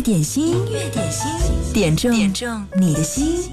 点心，点中你的心。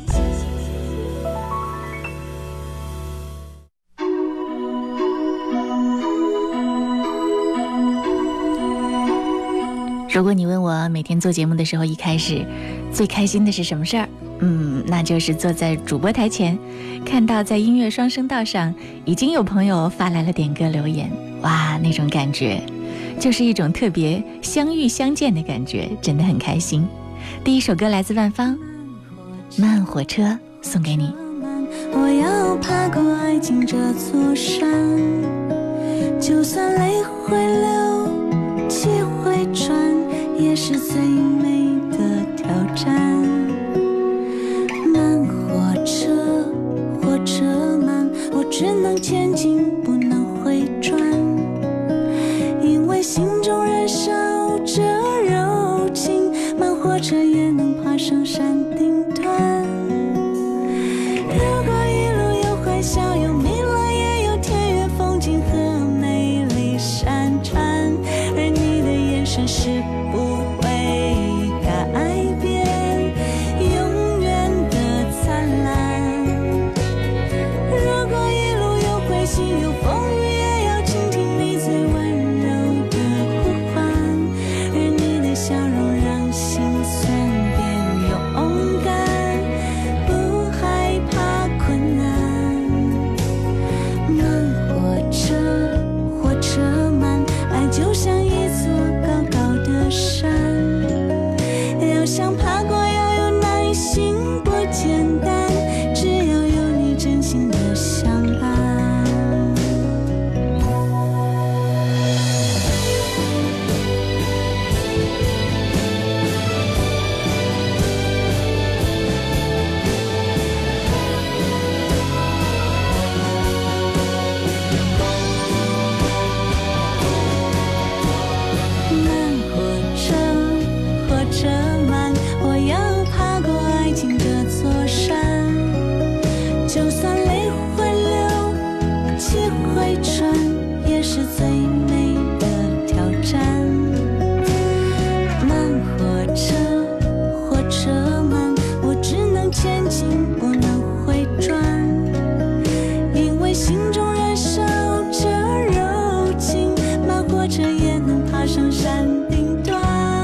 如果你问我每天做节目的时候，一开始最开心的是什么事儿？那就是坐在主播台前，看到在音乐双声道上已经有朋友发来了点歌留言，哇，那种感觉就是一种特别相遇相见的感觉，真的很开心。第一首歌来自万芳，《慢火车》，送给你。 我要爬过爱情这座山，就算泪会流，气会喘，也是最美的挑战。慢火车，火车慢，我只能前进，不能回转，因为心中燃烧着柔情，慢火车也能爬上山顶端。如果一路有欢笑，有迷乱，也有田园风景和美丽山川，而你的眼神是不会改变，永远的灿烂。如果一路有灰心，有风雨，也要倾听你最温柔的呼唤，而你的笑容让心酸变勇敢，不害怕困难。慢火车，火车慢，爱就像一座高高的山，要想爬过要有耐心，不简单，只要有你真心的相伴。慢火车，火车慢，我要爬过爱情这座山，就算泪会流，气会喘，也是最美的挑战。慢火车，火车慢，我只能前进，不能回转，因为心中燃烧着柔情，慢火车也能爬上山顶端。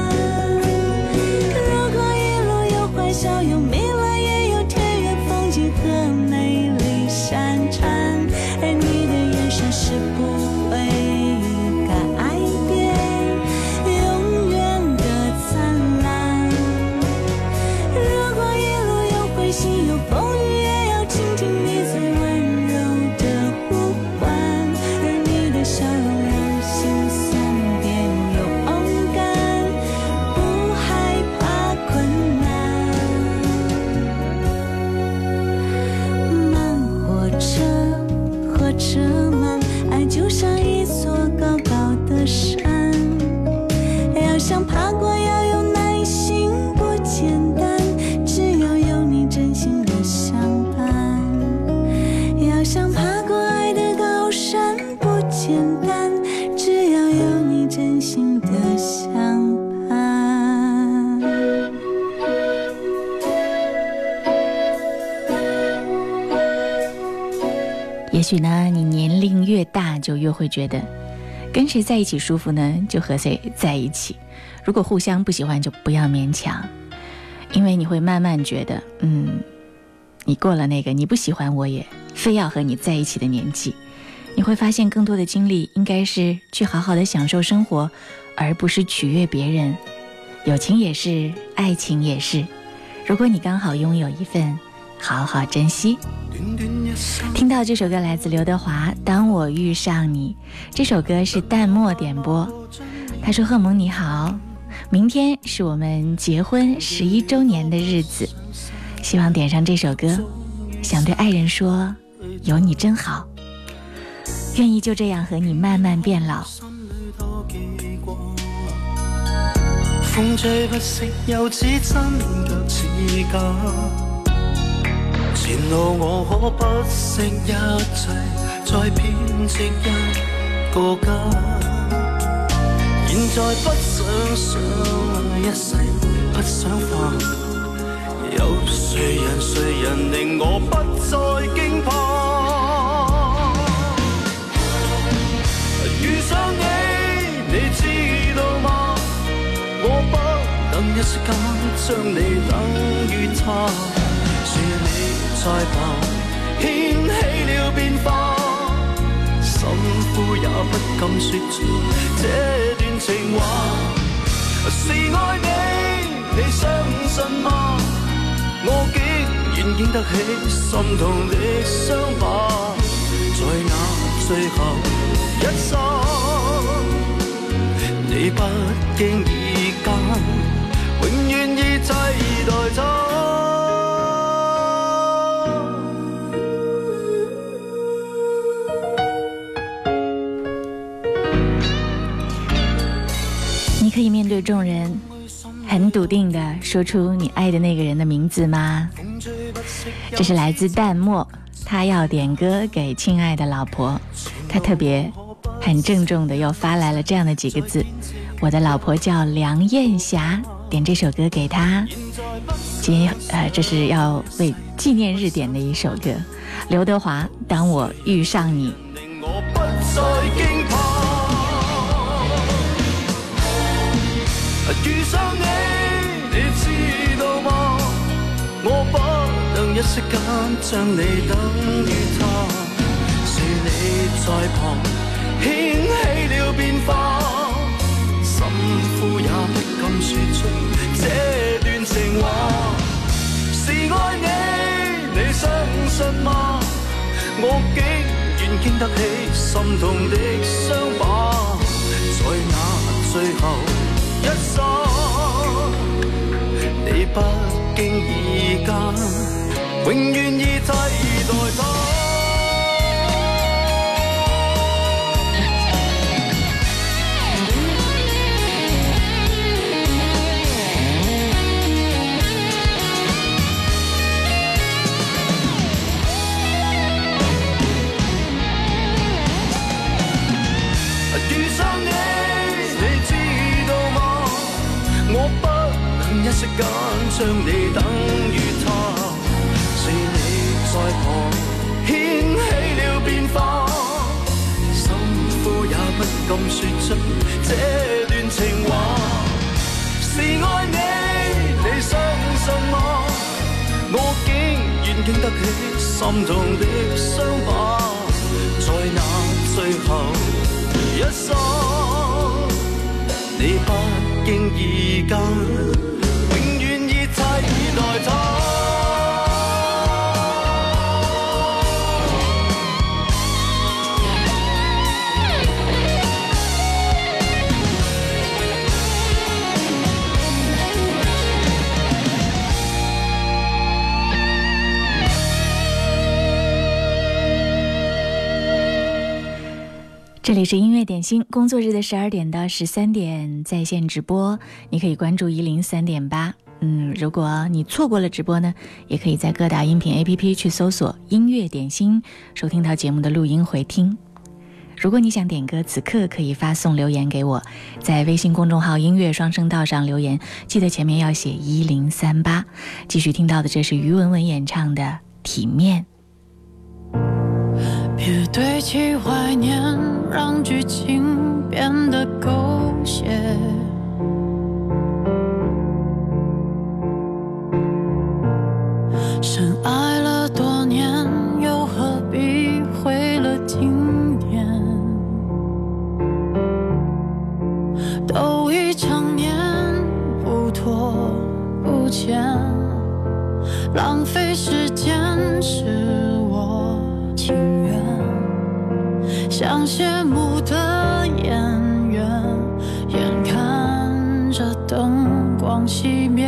如果一路有欢笑，有迷乱，也有田园风景和美丽山川，而你的眼神是不会改变，永远的灿烂。如果一路有灰心，有风雨，也要倾听你最温柔的呼唤，而你的笑容让心酸变勇敢，不害怕困难。慢火车，火车慢，爱就像一座高高的山，要想爬过要有耐心，不简单，只要有你真心的相伴。要想爬过爱的高山，不简单，只要有你真心的相伴。 也许呢，你年龄越大，就越会觉得跟谁在一起舒服呢，就和谁在一起。如果互相不喜欢，就不要勉强，因为你会慢慢觉得，你过了那个你不喜欢我也非要和你在一起的年纪，你会发现更多的精力应该是去好好的享受生活，而不是取悦别人。友情也是，爱情也是，如果你刚好拥有一份，好好珍惜。听到这首歌来自刘德华，《当我遇上你》，这首歌是淡漠点播。他说：贺蒙你好，明天是我们结婚11周年的日子，希望点上这首歌，想对爱人说，有你真好，愿意就这样和你慢慢变老。 風吹不息，又似真卻似假，前路我可不惜一切，再編織一個家。現在不想一世不想化。有谁人令我不再惊怕？遇上你，你知道嗎？我不能一息間將你等於他。是你在旁掀起了變化，心呼也不敢說出這段情話。是愛你，你相信嗎？我竟然經得起心痛的傷疤，在那最後一剎，你不經意間，永遠已替代他。 你可以面对众人，很笃定地说出你爱的那个人的名字吗？这是来自淡漠，他要点歌给亲爱的老婆，他特别很郑重地又发来了这样的几个字：我的老婆叫梁艳霞，点这首歌给她。这是要为纪念日点的一首歌，刘德华，当我遇上你。 遇上你，你知道嗎？我不能一息間將你等於他。是你在旁掀起了變化，心呼也不敢說出這段情話。是愛你，你相信嗎？我竟然經得起心痛的傷疤，在那最後一剎，你不經意間，永遠已替代他。遇上你，你知道嗎？我不能一息間將你等於他。是你在旁掀起了變化，心呼也不敢說出這段情話。是愛你，你相信嗎？我竟然經得起心痛的傷疤，在那最後一剎，你不經意間，永遠已替代他。 这里是音乐点心，工作日的12点到13点在线直播，你可以关注103.8。如果你错过了直播呢，也可以在各大音频 APP 去搜索音乐点心，收听到节目的录音回听。如果你想点歌，此刻可以发送留言给我，在微信公众号音乐双声道上留言，记得前面要写1038。继续听到的这是于文文演唱的《体面》。 别堆砌怀念，让剧情变得狗血。深爱了多年，又何必毁了经典？都已成年，不拖不欠，浪费时间是我情愿。像谢幕的演员，眼看着灯光熄灭，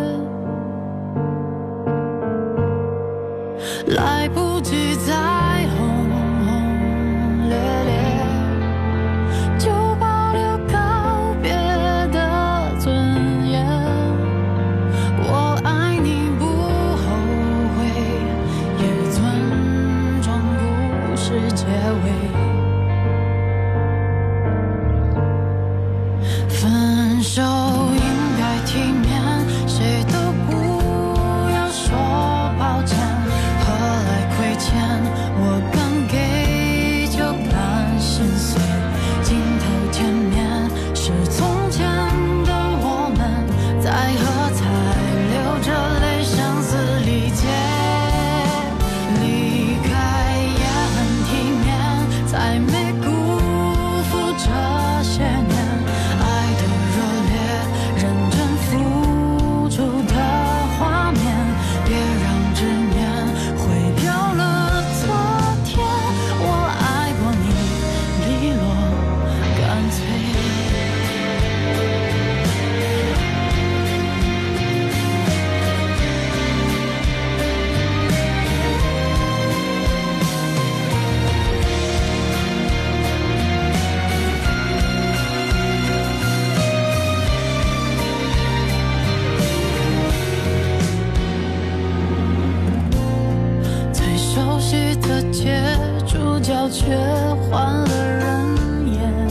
来不及再轰轰烈烈，就保留告别的尊严。我爱你不后悔，也尊重故事结尾。分手应该体面， 角却换了人演。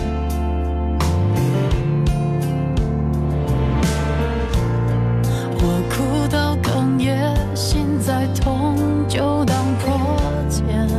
我哭到哽咽，心在痛，就当破茧。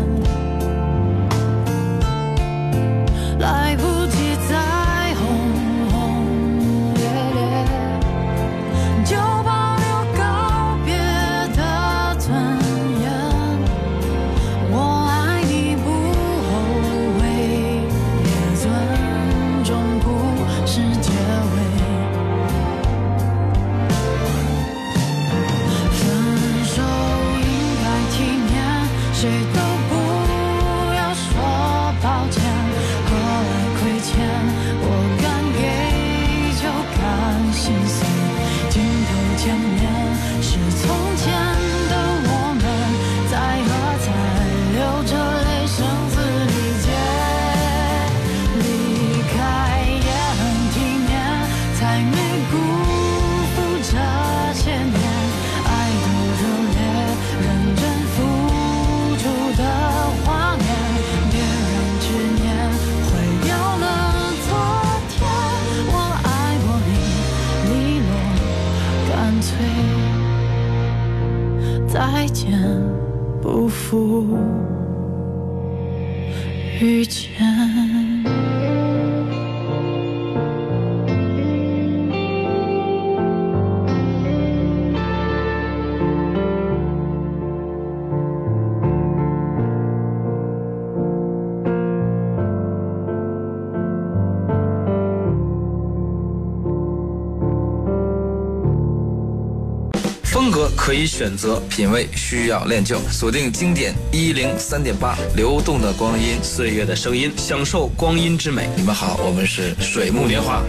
来不及再轰轰烈烈，就保留告别的尊严。我爱你不后悔，也尊重不是结尾。分手应该体面，谁都不要说抱歉。何来亏欠？我敢给就敢心碎。镜头前面是从前的我们，在和才流着泪声嘶力竭。离开也很体面，才没辜负这些年爱的热烈，认真付出的画面。别让执念毁掉了昨天，我爱过你，利落干脆，再见不负遇见。 风格可以选择，品味需要练就。锁定经典103.8，流动的光阴， 岁月的声音，享受光阴之美。 你们好，我们是水木年华。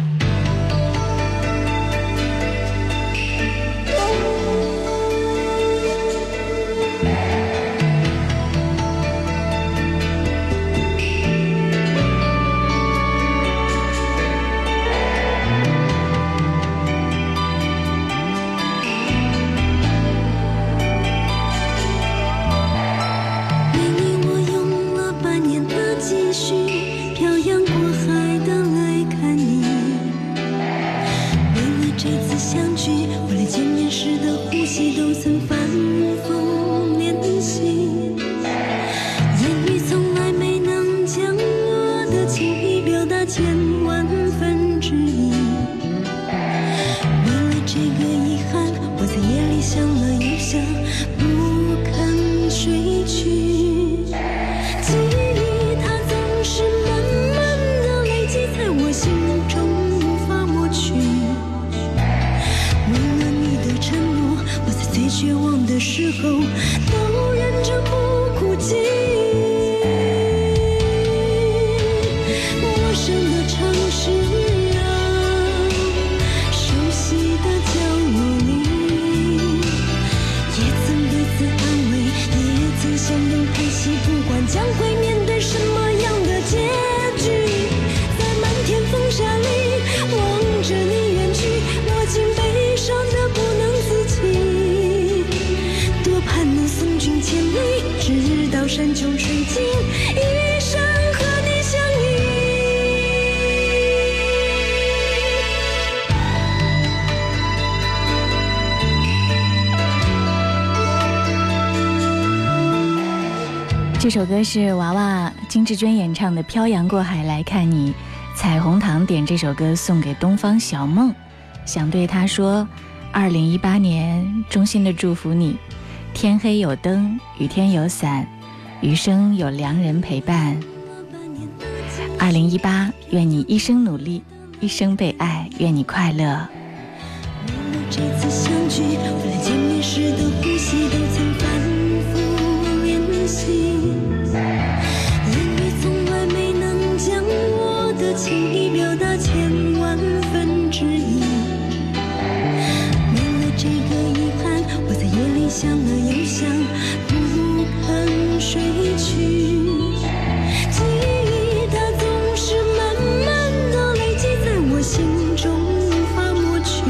这首歌是娃娃金志娟演唱的《漂洋过海来看你》，彩虹糖点这首歌送给东方小梦，想对他说2018年衷心的祝福你，天黑有灯，雨天有伞，余生有良人陪伴。2018，愿你一生努力，一生被爱，愿你快乐。 这次相聚，为了见面时的呼吸都曾反复练习，言语从来没能将我的情意表达千万分之一。为了这个遗憾，我在夜里想了又想，不肯睡去。记忆它总是慢慢的累积在我心中，无法抹去。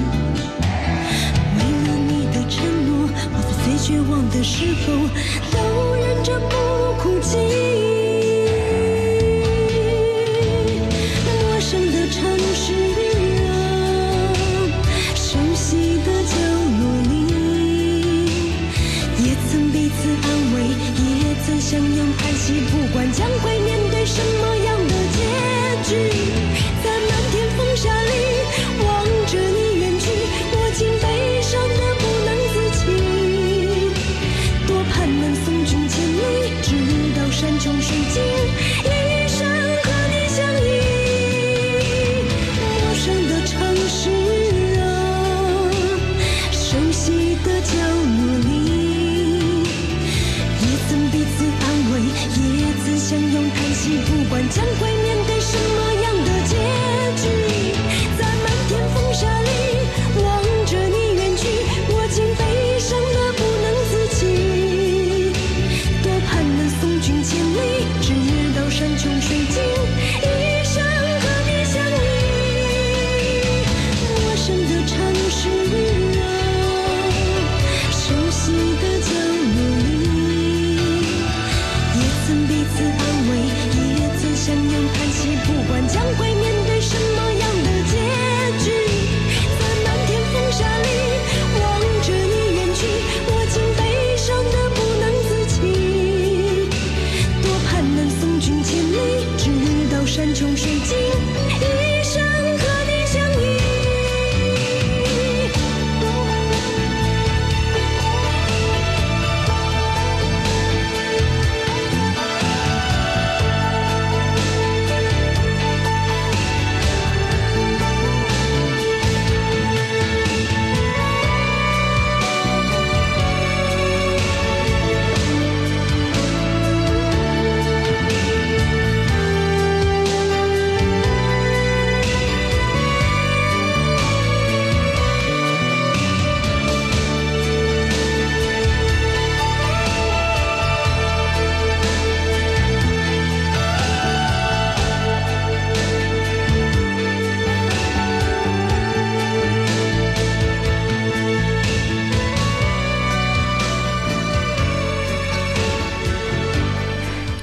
为了你的承诺，我在最绝望的时候都忍着不哭泣。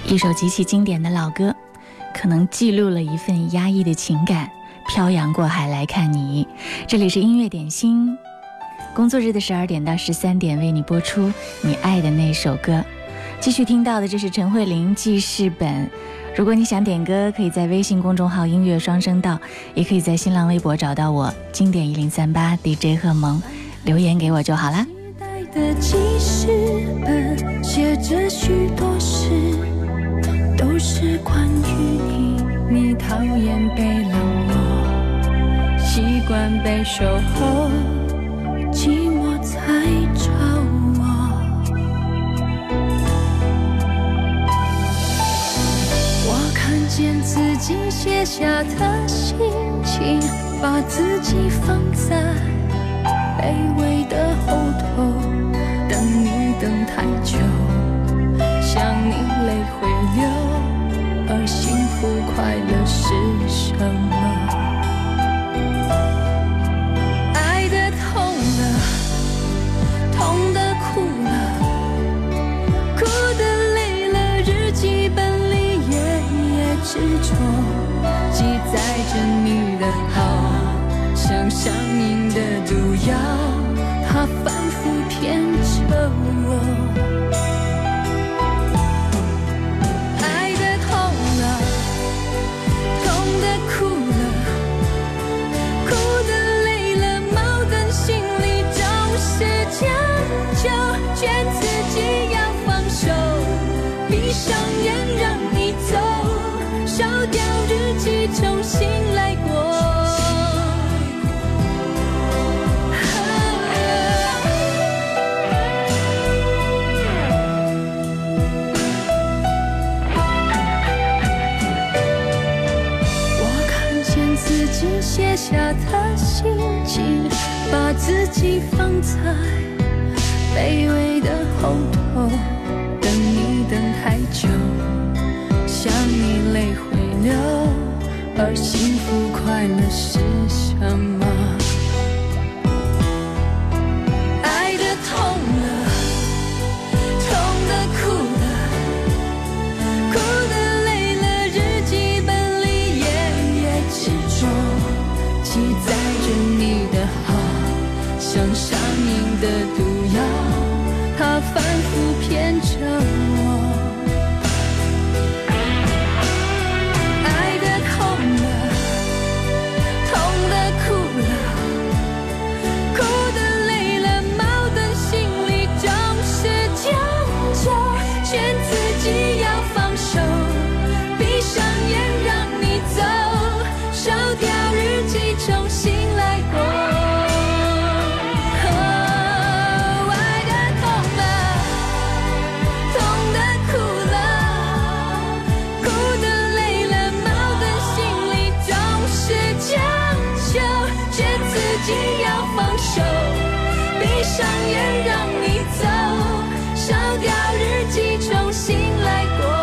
一首极其经典的老歌，可能记录了一份压抑的情感，漂洋过海来看你。这里是音乐点心，工作日的12点到13点为你播出你爱的那首歌。继续听到的这是陈慧琳记事本。如果你想点歌，可以在微信公众号音乐双声道，也可以在新浪微博找到我经典1038 DJ 贺萌，留言给我就好啦。 的记事本写着许多事，都是关于你。你讨厌被冷落，习惯被守候，寂寞才找我。我看见自己写下的心情，把自己放在卑微的后头，等你等太久，想你泪会流，而幸福快乐是什么？爱得痛了，痛得哭了，哭得累了，日记本里夜夜执着，记载着你的好，像上瘾的毒药，它反复骗着我。爱得痛了，痛得哭了，哭得累了，矛盾心里总是将就，劝自己要放手，闭上眼让你走，烧掉日记重新来过。写下的心情，把自己放在卑微的后头，等你等太久，想你泪会流，而幸福快乐是什么？爱得痛了，痛得哭了，哭得累了，日记本里夜夜执着，记载着你的好，像上瘾的毒药，它反复骗着我。爱得痛了，痛得哭了，哭得累了，矛盾心里总是将就，劝自己要放手，闭上眼让你走，烧掉日记重新来过。爱得痛了，痛得哭了，哭得累了，矛盾心里总是将就，劝自己要放手，闭上眼让你走，烧掉日记重新来过。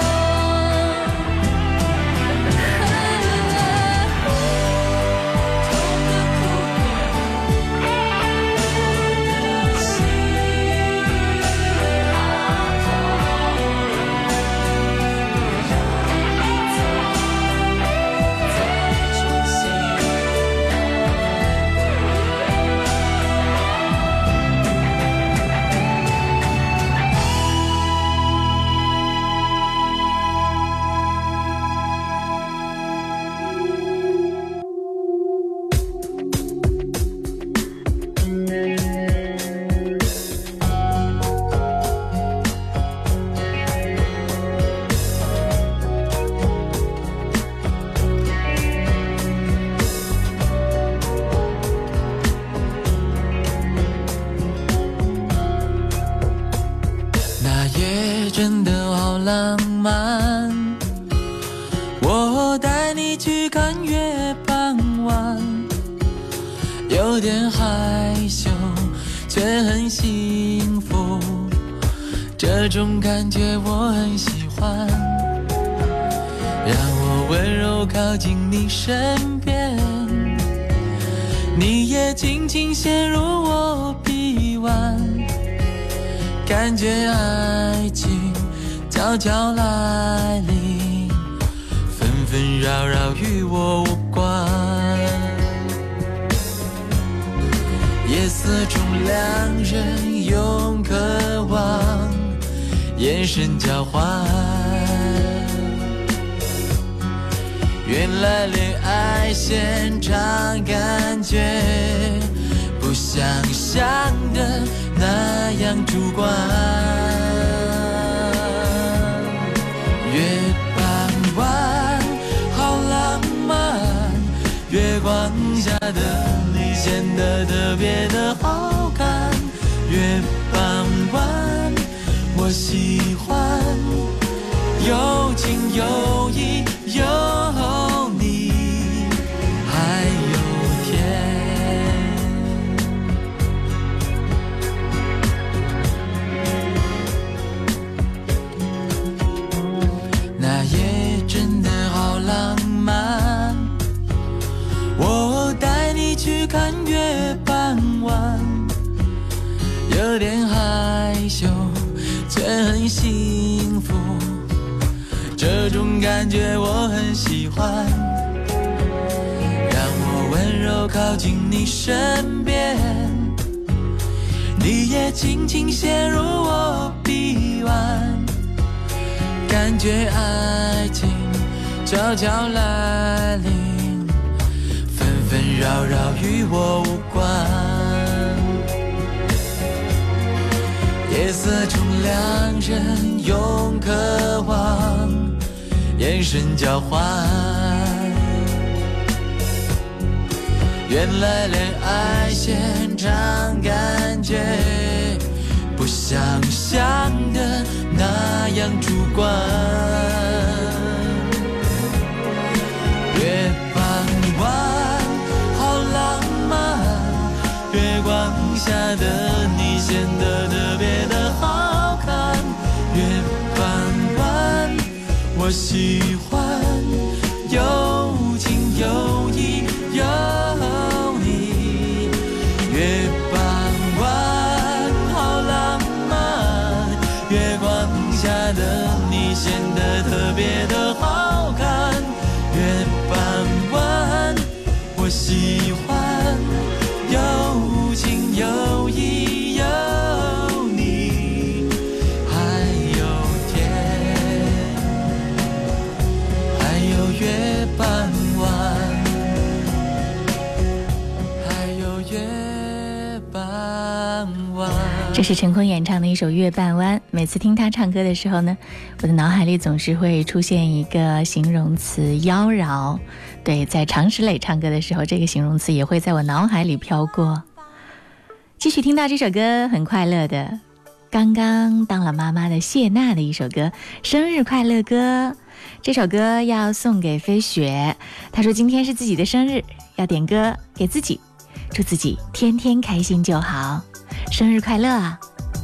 真的好浪漫，我带你去看月傍晚，有点害羞却很幸福，这种感觉我很喜欢，让我温柔靠近你身边，你也轻轻陷入我臂弯，感觉爱情悄悄来临，纷纷扰扰与我无关。夜色中两人用渴望眼神交换，原来恋爱现场感觉不像想的那样主观。月傍晚好浪漫，月光下的你显得特别的好看。月傍晚我喜欢有情有义有你还有天。那夜真的好浪漫，我带你去看月傍晚，有点害羞却很幸福，这种感觉我很喜欢。让我温柔靠近你身边，你也轻轻陷入我臂弯，感觉爱情悄悄来临，纷纷扰扰与我无关。夜色中两人用渴望眼神交换，原来恋爱现场感觉不像想的那样主观。月傍晚好浪漫，月光下的你显得特别的好看。月傍晚我喜欢有情有义有你。月傍晚好浪漫，月光下的你显得特别的好看。月傍晚我喜欢有情有义有你还有天，还有月傍晚，还有月傍晚。 这是陈坤演唱的一首《月半弯》。每次听他唱歌的时候呢，我的脑海里总是会出现一个形容词妖娆。对，在常石磊唱歌的时候，这个形容词也会在我脑海里飘过。继续听到这首歌，很快乐的，刚刚当了妈妈的谢娜的一首歌《生日快乐歌》。这首歌要送给飞雪，她说今天是自己的生日，要点歌给自己，祝自己天天开心就好，生日快乐啊！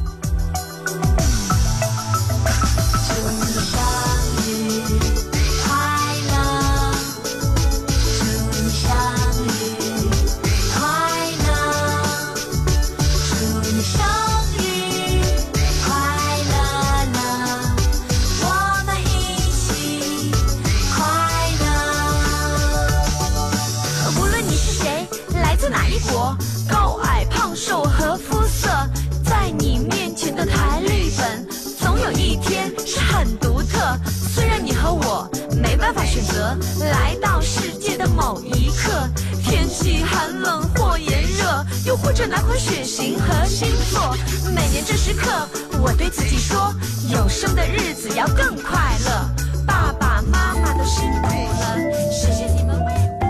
高矮胖瘦和肤色，在你面前的台历本，总有一天是很独特。虽然你和我没办法选择来到世界的某一刻，天气寒冷或炎热，又或者哪款血型和星座。每年这时刻，我对自己说，有生的日子要更快乐。爸爸妈妈都辛苦了，谢谢你们为。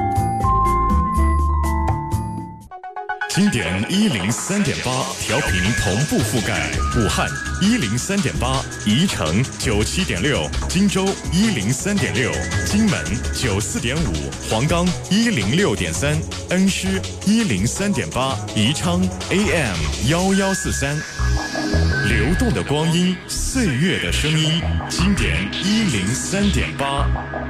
经典103.8调频同步覆盖武汉103.8，宜城97.6，荆州103.6，荆门94.5，黄冈106.3，恩施103.8，宜昌 AM1143。流动的光阴，岁月的声音，经典103.8。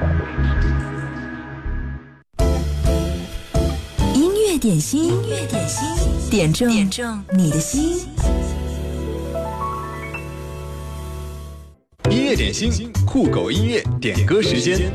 点心，点中你的心。 音乐夜点心，酷狗音乐点歌时间。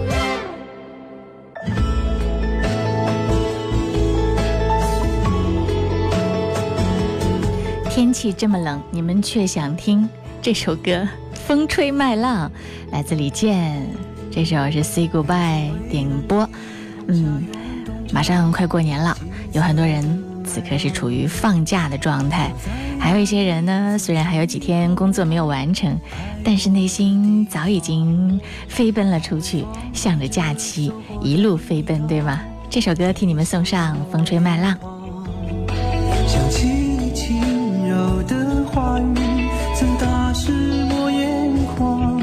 天气这么冷，你们却想听这首歌《风吹麦浪》，来自李健。这首是 Say Goodbye 点播。马上快过年了，有很多人此刻是处于放假的状态，还有一些人呢，虽然还有几天工作没有完成，但是内心早已经飞奔了出去，向着假期一路飞奔，对吗？这首歌替你们送上《风吹麦浪》。 想起你轻柔的话语，曾打湿我眼眶。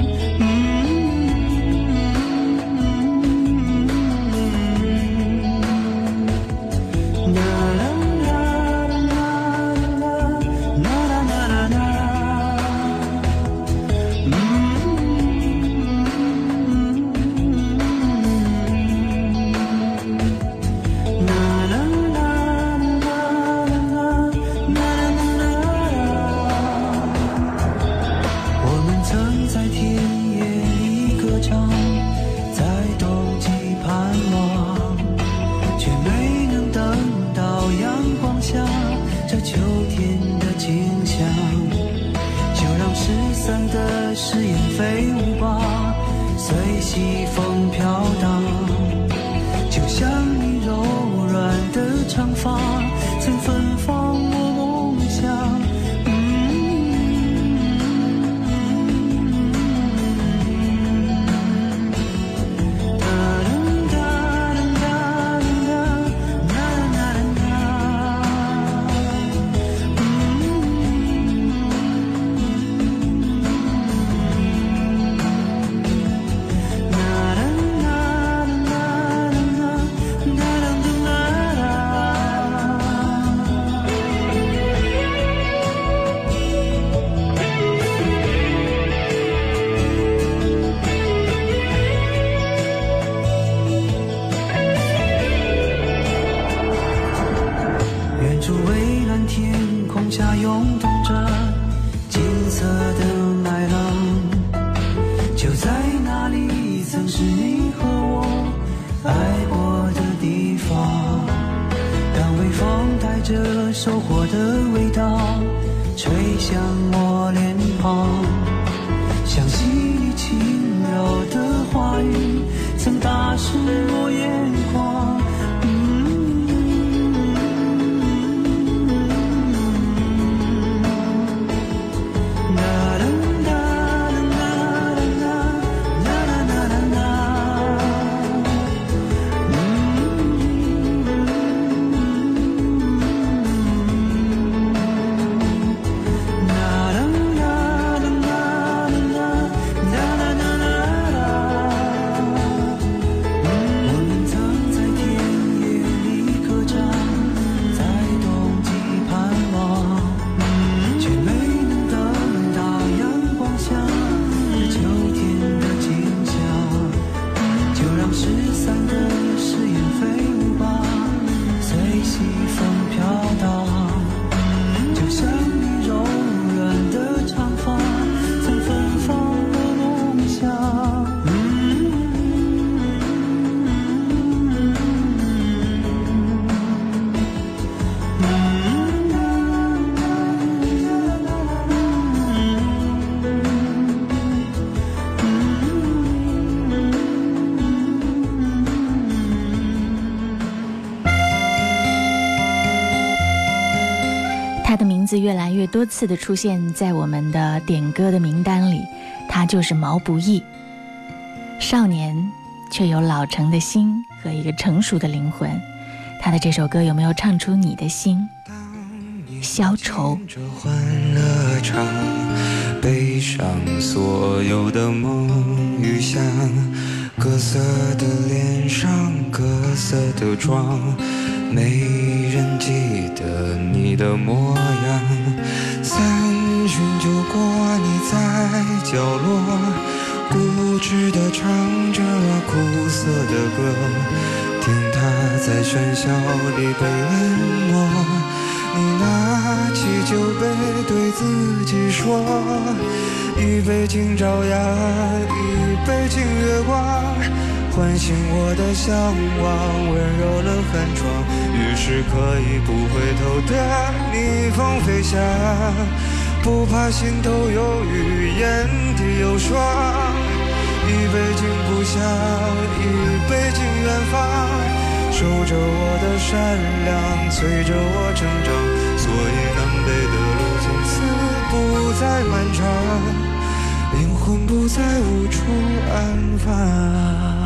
越来越多次的出现在我们的点歌的名单里，他就是毛不易。少年却有老成的心和一个成熟的灵魂，他的这首歌有没有唱出你的心？消愁欢乐场，悲伤所有的梦与想，各色的脸上各色的妆，没人记得你的模样。三巡酒过，你在角落固执地唱着苦涩的歌，听他在喧嚣里被冷漠， 你拿起酒杯对自己说，一杯敬朝阳，一杯敬月光，唤醒我的向往，温柔了寒窗，于是可以不回头的逆风飞翔，不怕心头有雨，眼底有霜，一杯敬故乡，一杯敬远方，守着我的善良，催着我成长，所以南北的路从此不再漫长，灵魂不再无处安放。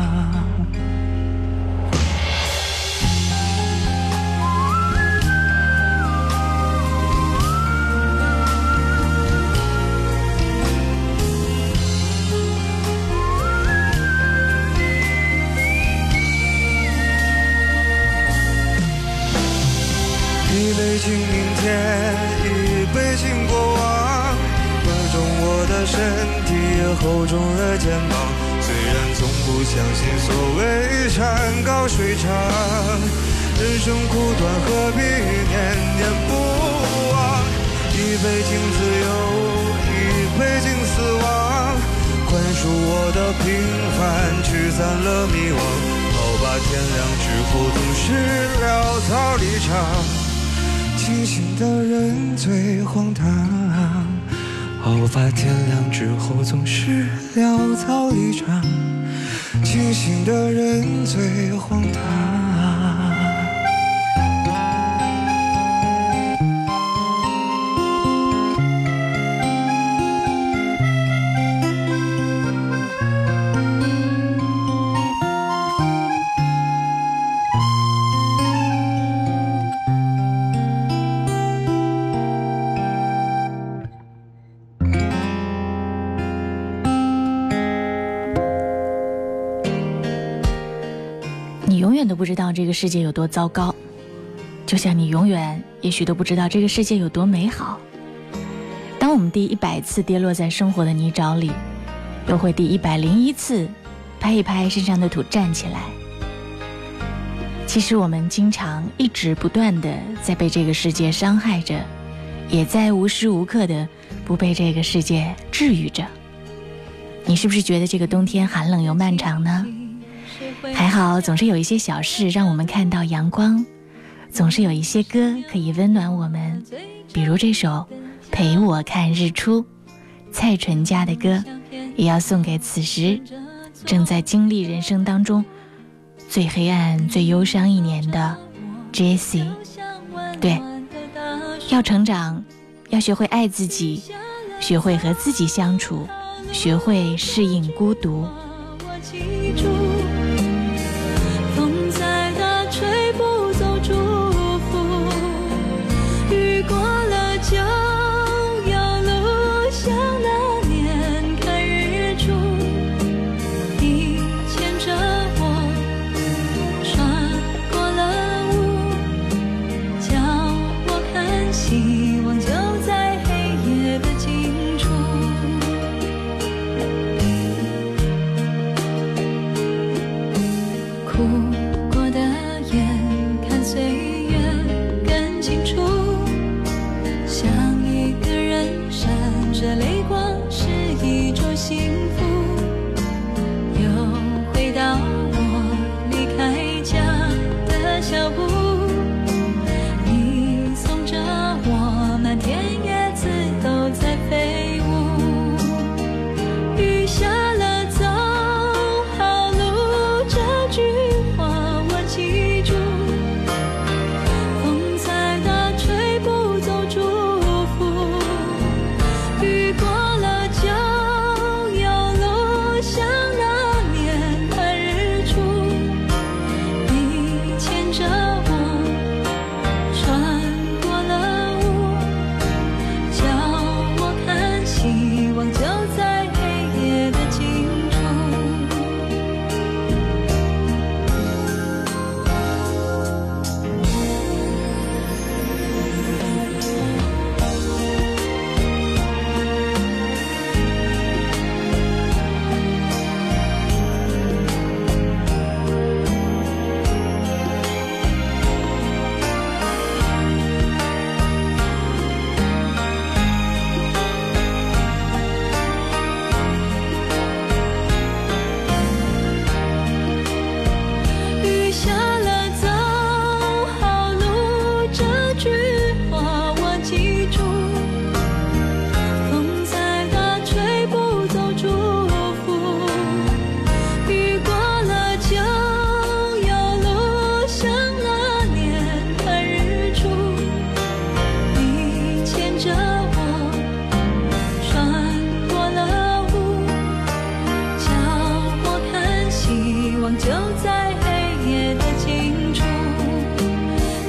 一杯敬明天，一杯敬过往，厚重我的身体，也厚重了肩膀。虽然从不相信所谓山高水长，人生苦短，何必念念不忘？一杯敬自由，一杯敬死亡，宽恕我的平凡，驱散了迷惘。好吧，天亮之后总是潦草离场。清醒的人最荒唐，好吧，天亮之后总是潦草离场，清醒的人最荒唐。 你永远都不知道这个世界有多糟糕，就像你永远也许都不知道这个世界有多美好。当我们第100次跌落在生活的泥沼里，又会第101次拍一拍身上的土站起来。其实我们经常一直不断的在被这个世界伤害着，也在无时无刻的不被这个世界治愈着。你是不是觉得这个冬天寒冷又漫长呢？还好总是有一些小事让我们看到阳光，总是有一些歌可以温暖我们，比如这首《陪我看日出》，蔡淳佳的歌，也要送给此时正在经历人生当中最黑暗最忧伤一年的 Jessie。 对，要成长，要学会爱自己，学会和自己相处，学会适应孤独。 风再大吹不走祝福，雨过了就要路像那年看日出，你牵着我穿过了雾，叫我看希望就在黑夜的尽处。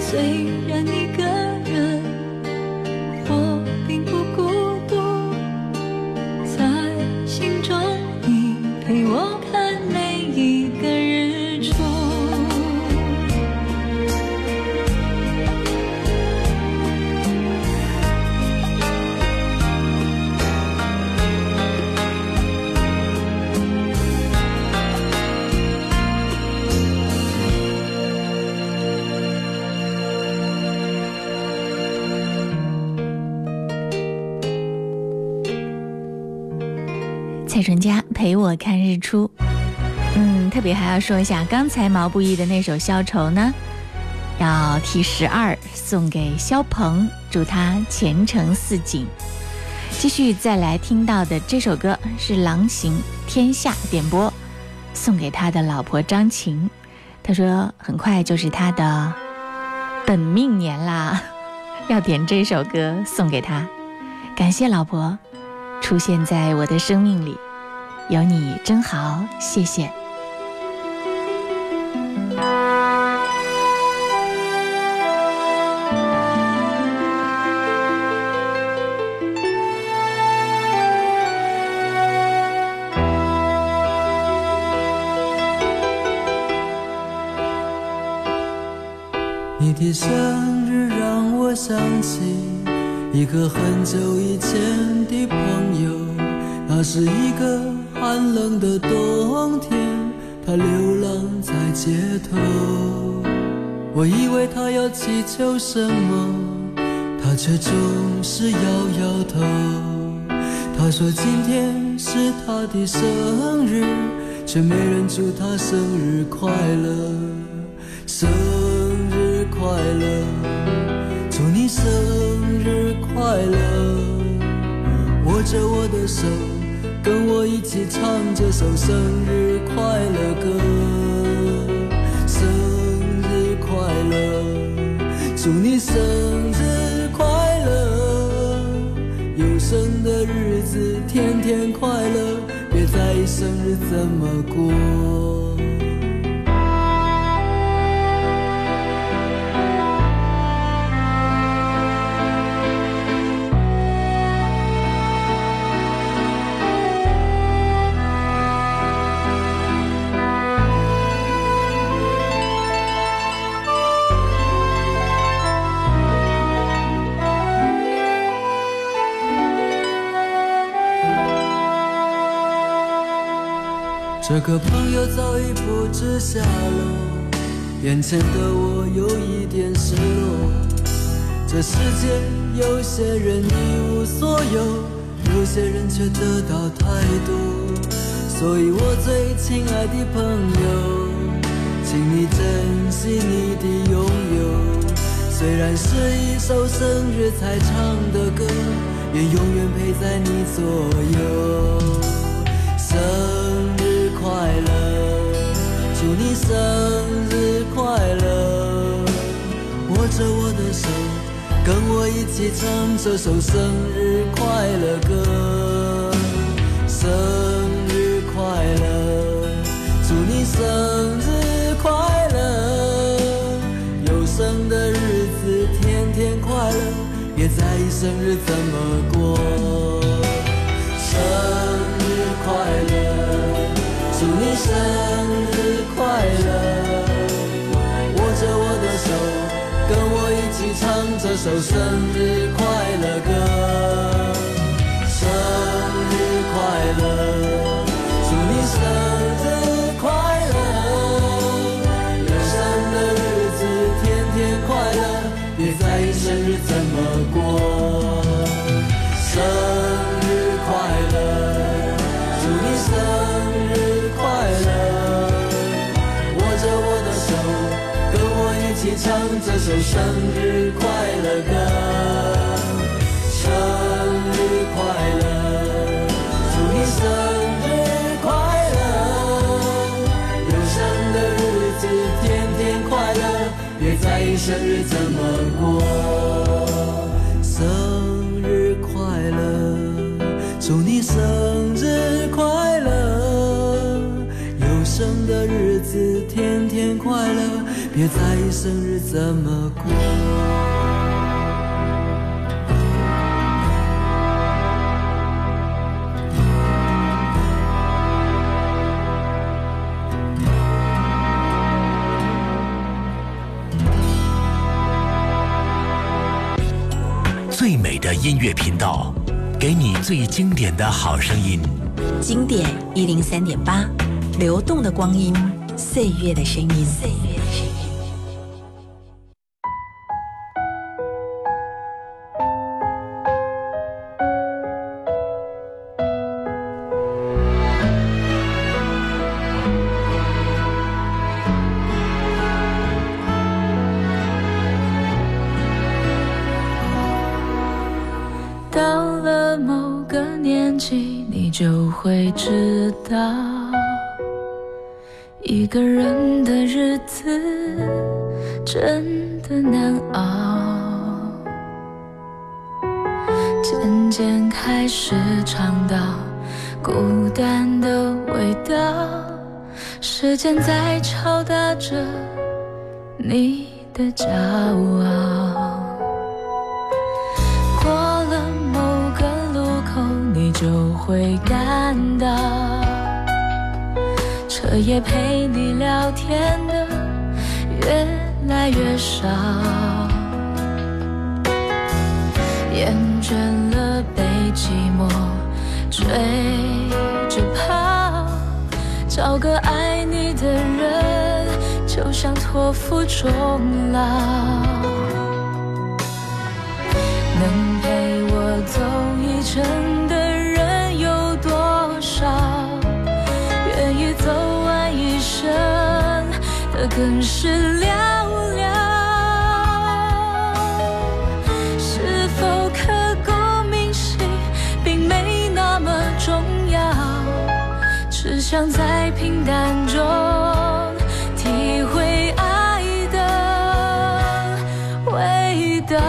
虽然一个人，我并不孤独，在心中你陪我看每一个日出。 蔡淳佳陪我看日出。特别还要说一下，刚才毛不易的那首《消愁》呢，要提12送给肖鹏，祝他前程似锦。继续再来听到的这首歌是郎行天下点播，送给他的老婆张琴。他说很快就是他的本命年啦，要点这首歌送给他。感谢老婆出现在我的生命里，有你真好，谢谢。 你的生日让我想起一个很久以前的朋友，那是一个寒冷的冬天，他流浪在街头。我以为他要祈求什么，他却总是摇摇头。他说今天是他的生日，却没人祝他生日快乐。生日快乐，祝你生日快乐，握着我的手，跟我一起唱这首生日快乐歌。生日快乐，祝你生日快乐，有生的日子天天快乐，别在意生日怎么过。这个朋友早已不知下落，眼前的我有一点失落。这世界有些人一无所有，有些人却得到太多。所以我最亲爱的朋友，请你珍惜你的拥有。虽然是一首生日才唱的歌，也永远陪在你左右。生日快乐，祝你生日快乐，握着我的手，跟我一起唱这首生日快乐歌。生日快乐，祝你生日快乐，有生的日子天天快乐，别在意生日怎么过。生日快乐，祝你生日快乐，握着我的手，跟我一起唱这首生日快乐歌。生日快乐，祝你生日快乐，有生的日子天天快乐，别在意生日怎么过。生日快乐，祝你生日快乐，握着我的手，跟我一起唱这首生日快乐歌。生日快乐，祝你生日快乐，有生的日子天天快乐，别在意生日怎么过。生日快乐，祝你生日快乐，有生的日子天天快乐，别别在意生日怎么过。 最美的音乐频道，给你最经典的好声音。 经典103.8，流动的光阴，岁月的声音。岁月的声音。 到了某个年纪，你就会知道，一个人的日子真的难熬。渐渐开始尝到孤单的味道，时间在敲打着你的骄傲。你就会感到，彻夜陪你聊天的越来越少，厌倦了被寂寞追着跑，找个爱你的人，就像托付终老。能陪我走一程的人有多少？愿意走完一生的更是寥寥。是否刻骨铭心，并没那么重要，只想在平淡中体会爱的味道。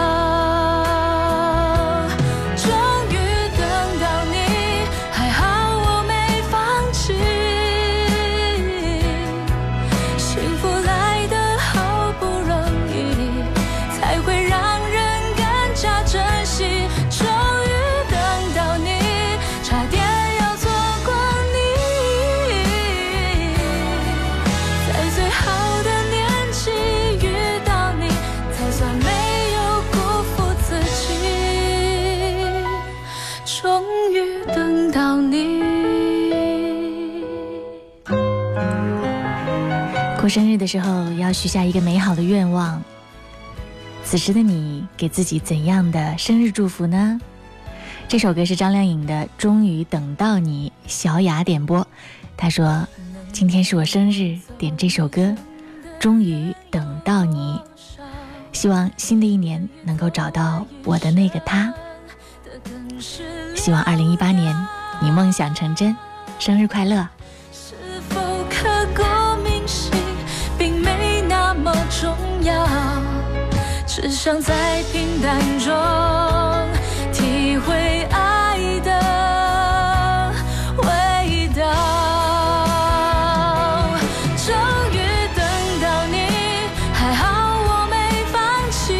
过生日的时候要许下一个美好的愿望，此时的你给自己怎样的生日祝福呢？这首歌是张靓颖的《终于等到你》，小雅点播。她说今天是我生日，点这首歌终于等到你，希望新的一年能够找到我的那个他，希望2018年你梦想成真，生日快乐。 是否刻骨铭心，并没那么重要，只想在平淡中体会爱的味道。终于等到你，还好我没放弃，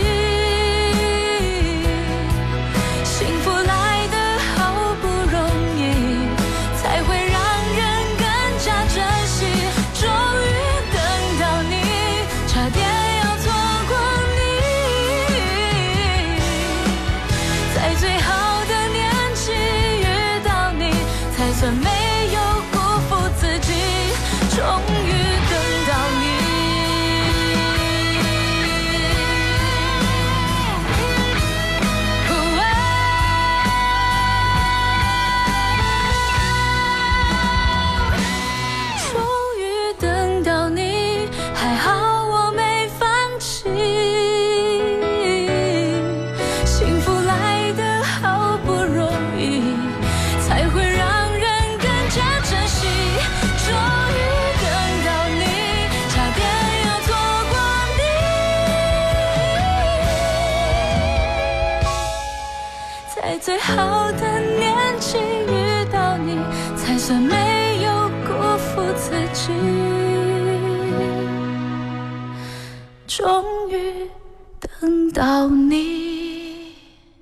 幸福来得好不容易，才会让人更加珍惜。终于等到你，差点要错过你，在最好的年纪遇到你，才算没有辜负自己。终于等到你，终于等到你，还好我没放弃，幸福来得好不容易，才会让人更加珍惜。终于等到你，差点要错过你，在最好的年纪遇到你，才算没有辜负自己。 等到你。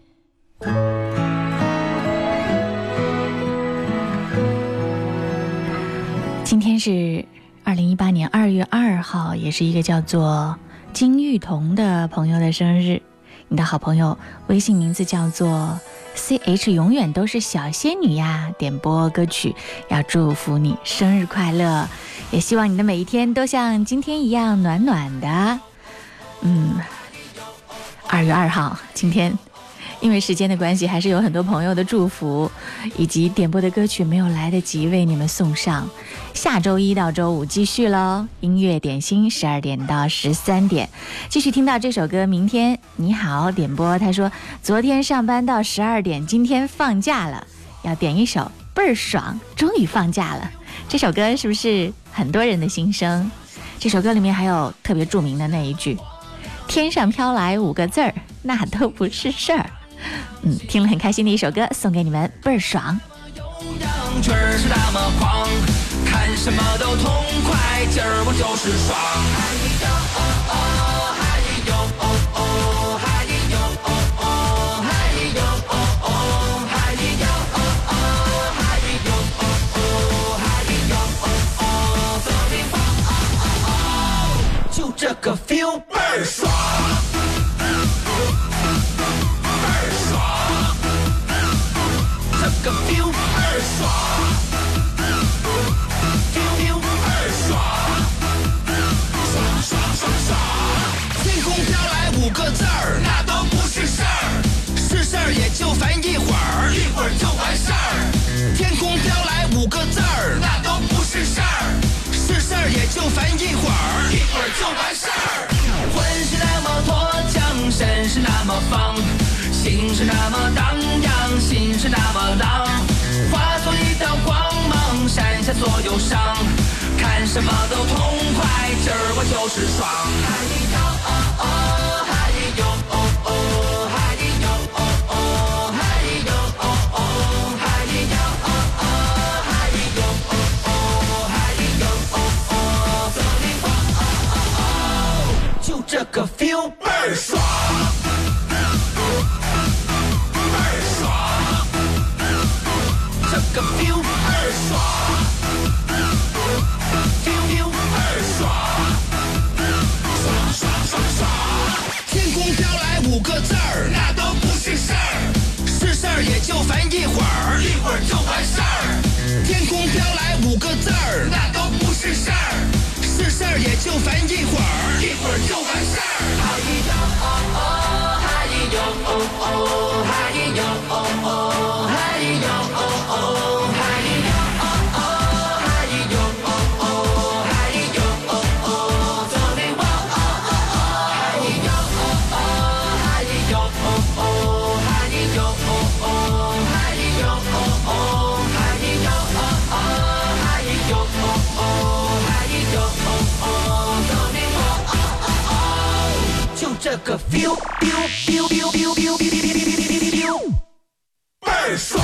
今天是2018年2月2号，也是一个叫做金玉彤的朋友的生日。你的好朋友微信名字叫做 CH 永远都是小仙女呀，点播歌曲要祝福你生日快乐，也希望你的每一天都像今天一样暖暖的。2月2号今天因为时间的关系，还是有很多朋友的祝福以及点播的歌曲没有来得及为你们送上。下周一到周五继续咯，音乐点心12点到13点，继续听到这首歌。明天你好点播，他说昨天上班到12点，今天放假了，要点一首倍儿爽，终于放假了。这首歌是不是很多人的心声？这首歌里面还有特别著名的那一句，天上飘来5个字儿，那都不是事儿。听了很开心的一首歌，送给你们，倍儿爽。 劲儿是那么狂，看什么都痛快，今儿我就是爽。嗨哟哦哦，嗨哟哦哦，嗨哟哦哦，嗨哟哦哦，嗨哟哦哦，嗨哟哦哦，嗨哟哦哦，走你风哦哦哦，就这个 feel 倍儿爽。这个 feel 倍儿爽 ，feel 倍儿爽，爽爽爽爽。天空飘来5个字儿，那都不是事儿，是事儿也就烦一会儿，一会儿就完事儿。天空飘来5个字儿，那都不是事儿，是事儿也就烦一会儿，一会儿就完事儿。魂是那么脱缰，身是那么放。心是那么荡漾，心是那么浪，化作一道光芒，闪下所有伤，看什么都痛快，今儿我就是爽。嗨哟哦哦，嗨哟哦哦，嗨哟哦哦，嗨哟哦哦，嗨哟哦哦，嗨哟哦哦，嗨哟哦哦，走你风哦哦哦，就这个 feel 倍儿爽。这个 feel 倍儿爽 ，feel 倍儿爽，爽爽爽爽。天空飘来5个字儿，那都不是事儿，是事儿也就烦一会儿，一会儿就完事儿。天空飘来5个字儿，那都不是事儿，是事儿也就烦一会儿，一会儿就完事儿。嗨哟哦哦，嗨哟哦哦，嗨哟哦哦，嗨哟哦哦。这个 feel 倍儿爽，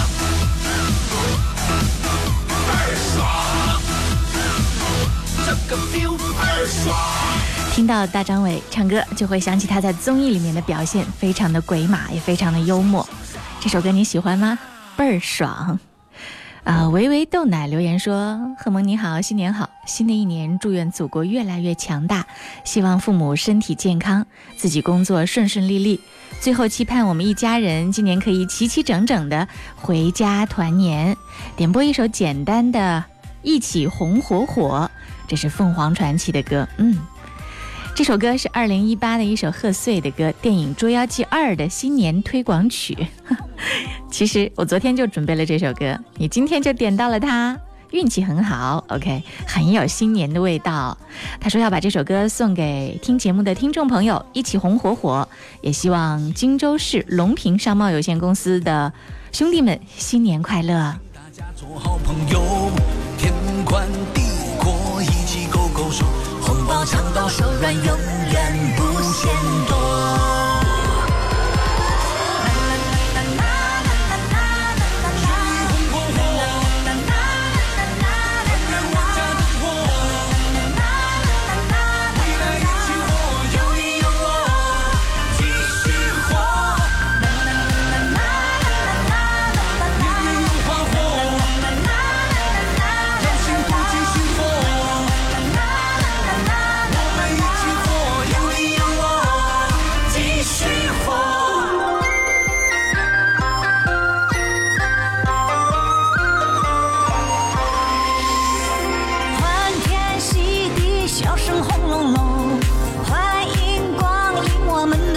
倍儿爽，这个 feel 倍儿爽。 听到大张伟唱歌，就会想起他在综艺里面的表现，非常的鬼马，也非常的幽默。这首歌你喜欢吗？倍儿爽。维维豆奶留言说，贺萌你好，新年好，新的一年祝愿祖国越来越强大，希望父母身体健康，自己工作顺顺利利，最后期盼我们一家人今年可以齐齐整整的回家团年。点播一首简单的一起红火火，这是凤凰传奇的歌。这首歌是2018的一首贺岁的歌，电影《捉妖记2》的新年推广曲。其实我昨天就准备了这首歌，你今天就点到了它，运气很好。 OK， 很有新年的味道。他说要把这首歌送给听节目的听众朋友，一起红火火，也希望荆州市隆平商贸有限公司的兄弟们新年快乐。 大家做好朋友，天宽地阔，一起勾勾手，红包抢到手软，永远不嫌多。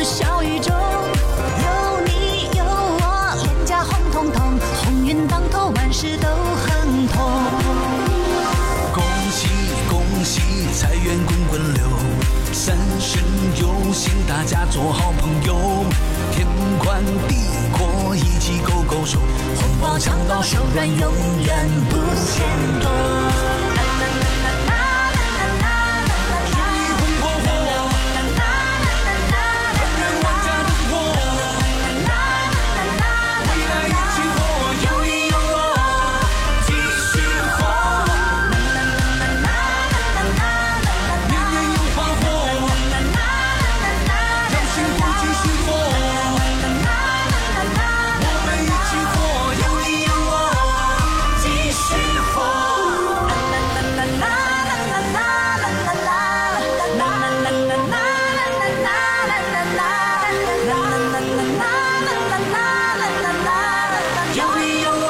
的小宇宙，有你有我，脸颊红彤彤，鸿运当头，万事都亨通。 恭喜恭喜，财源滚滚流，三生有幸，大家做好朋友，天宽地阔，一起勾勾手，红包抢到手软，永远不嫌多。有你有